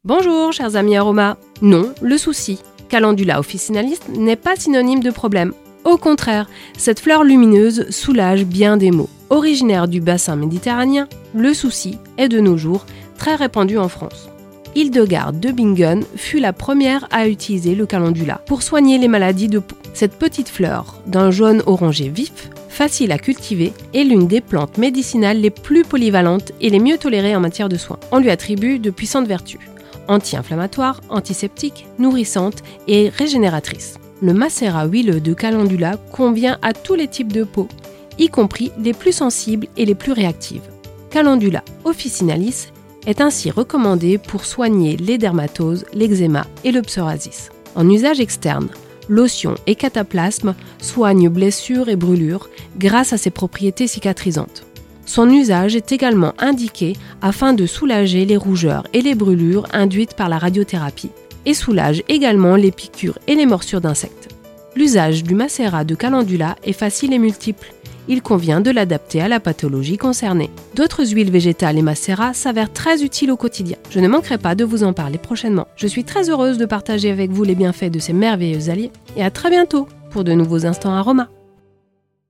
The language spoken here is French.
Bonjour chers amis aromas. Non, le souci, Calendula officinalis n'est pas synonyme de problème. Au contraire, cette fleur lumineuse soulage bien des maux. Originaire du bassin méditerranéen, le souci est de nos jours très répandu en France. Hildegarde de Bingen fut la première à utiliser le calendula pour soigner les maladies de peau. Cette petite fleur, d'un jaune orangé vif, facile à cultiver, est l'une des plantes médicinales les plus polyvalentes et les mieux tolérées en matière de soins. On lui attribue de puissantes vertus, anti-inflammatoires, antiseptiques, nourrissantes et régénératrices. Le macérat huileux de calendula convient à tous les types de peau, y compris les plus sensibles et les plus réactives. Calendula officinalis est ainsi recommandé pour soigner les dermatoses, l'eczéma et le psoriasis. En usage externe, lotion et cataplasme soignent blessures et brûlures grâce à ses propriétés cicatrisantes. Son usage est également indiqué afin de soulager les rougeurs et les brûlures induites par la radiothérapie et soulage également les piqûres et les morsures d'insectes. L'usage du macérat de calendula est facile et multiple. Il convient de l'adapter à la pathologie concernée. D'autres huiles végétales et macérats s'avèrent très utiles au quotidien. Je ne manquerai pas de vous en parler prochainement. Je suis très heureuse de partager avec vous les bienfaits de ces merveilleux alliés et à très bientôt pour de nouveaux instants aromas.